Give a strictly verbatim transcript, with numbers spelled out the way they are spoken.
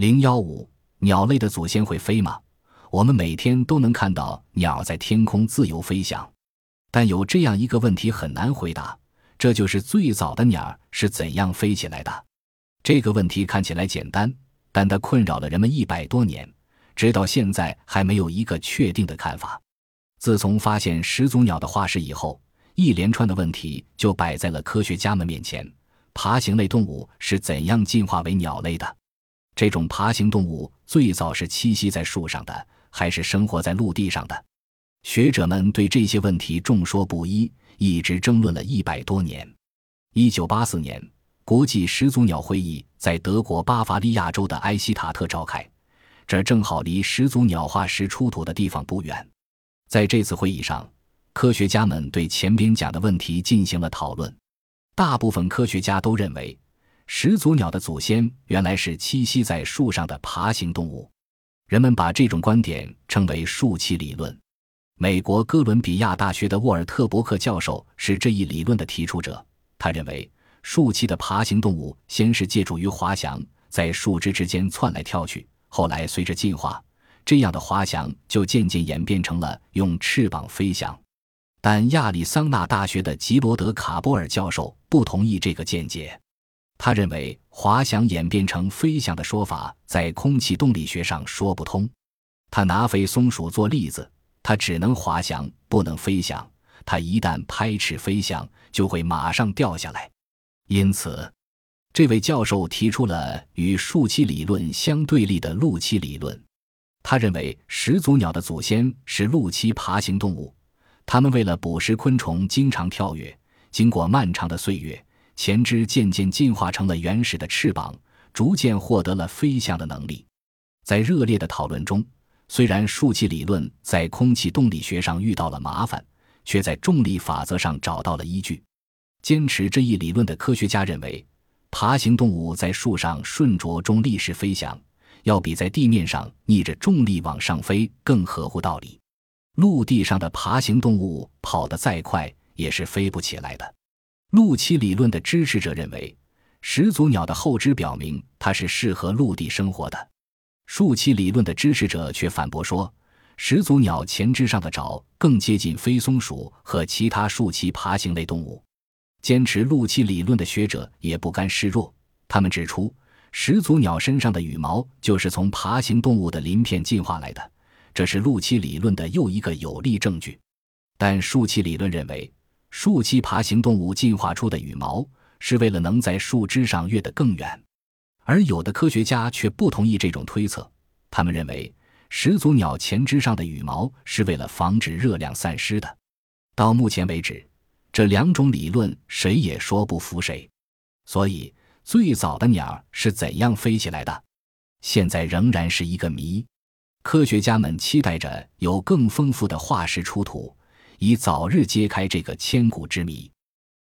零一五鸟类的祖先会飞吗？我们每天都能看到鸟在天空自由飞翔，但有这样一个问题很难回答，这就是最早的鸟是怎样飞起来的。这个问题看起来简单，但它困扰了人们一百多年，直到现在还没有一个确定的看法。自从发现始祖鸟的化石以后，一连串的问题就摆在了科学家们面前。爬行类动物是怎样进化为鸟类的？这种爬行动物最早是栖息在树上的，还是生活在陆地上的？学者们对这些问题众说不一，一直争论了一百多年。一九八四年，国际始祖鸟会议在德国巴伐利亚州的埃希塔特召开，这正好离始祖鸟化石出土的地方不远。在这次会议上，科学家们对前边讲的问题进行了讨论。大部分科学家都认为，始祖鸟的祖先原来是栖息在树上的爬行动物。人们把这种观点称为树栖理论。美国哥伦比亚大学的沃尔特伯克教授是这一理论的提出者。他认为，树栖的爬行动物先是借助于滑翔，在树枝之间窜来跳去，后来随着进化，这样的滑翔就渐渐演变成了用翅膀飞翔。但亚利桑那大学的吉罗德·卡波尔教授不同意这个见解。他认为滑翔演变成飞翔的说法在空气动力学上说不通。他拿飞松鼠做例子，它只能滑翔，不能飞翔，它一旦拍翅飞翔，就会马上掉下来。因此，这位教授提出了与树栖理论相对立的陆栖理论。他认为始祖鸟的祖先是陆栖爬行动物，它们为了捕食昆虫经常跳跃，经过漫长的岁月，前肢渐渐进化成了原始的翅膀，逐渐获得了飞翔的能力。在热烈的讨论中，虽然树栖理论在空气动力学上遇到了麻烦，却在重力法则上找到了依据。坚持这一理论的科学家认为，爬行动物在树上顺着重力式飞翔，要比在地面上逆着重力往上飞更合乎道理。陆地上的爬行动物跑得再快，也是飞不起来的。陆栖理论的支持者认为，始祖鸟的后肢表明它是适合陆地生活的。树栖理论的支持者却反驳说，始祖鸟前肢上的爪更接近飞松鼠和其他树栖爬行类动物。坚持陆栖理论的学者也不甘示弱，他们指出，始祖鸟身上的羽毛就是从爬行动物的鳞片进化来的，这是陆栖理论的又一个有力证据。但树栖理论认为，树栖爬行动物进化出的羽毛是为了能在树枝上跃得更远。而有的科学家却不同意这种推测，他们认为始祖鸟前肢上的羽毛是为了防止热量散失的。到目前为止，这两种理论谁也说不服谁。所以，最早的鸟是怎样飞起来的，现在仍然是一个谜。科学家们期待着有更丰富的化石出土，以早日揭开这个千古之谜。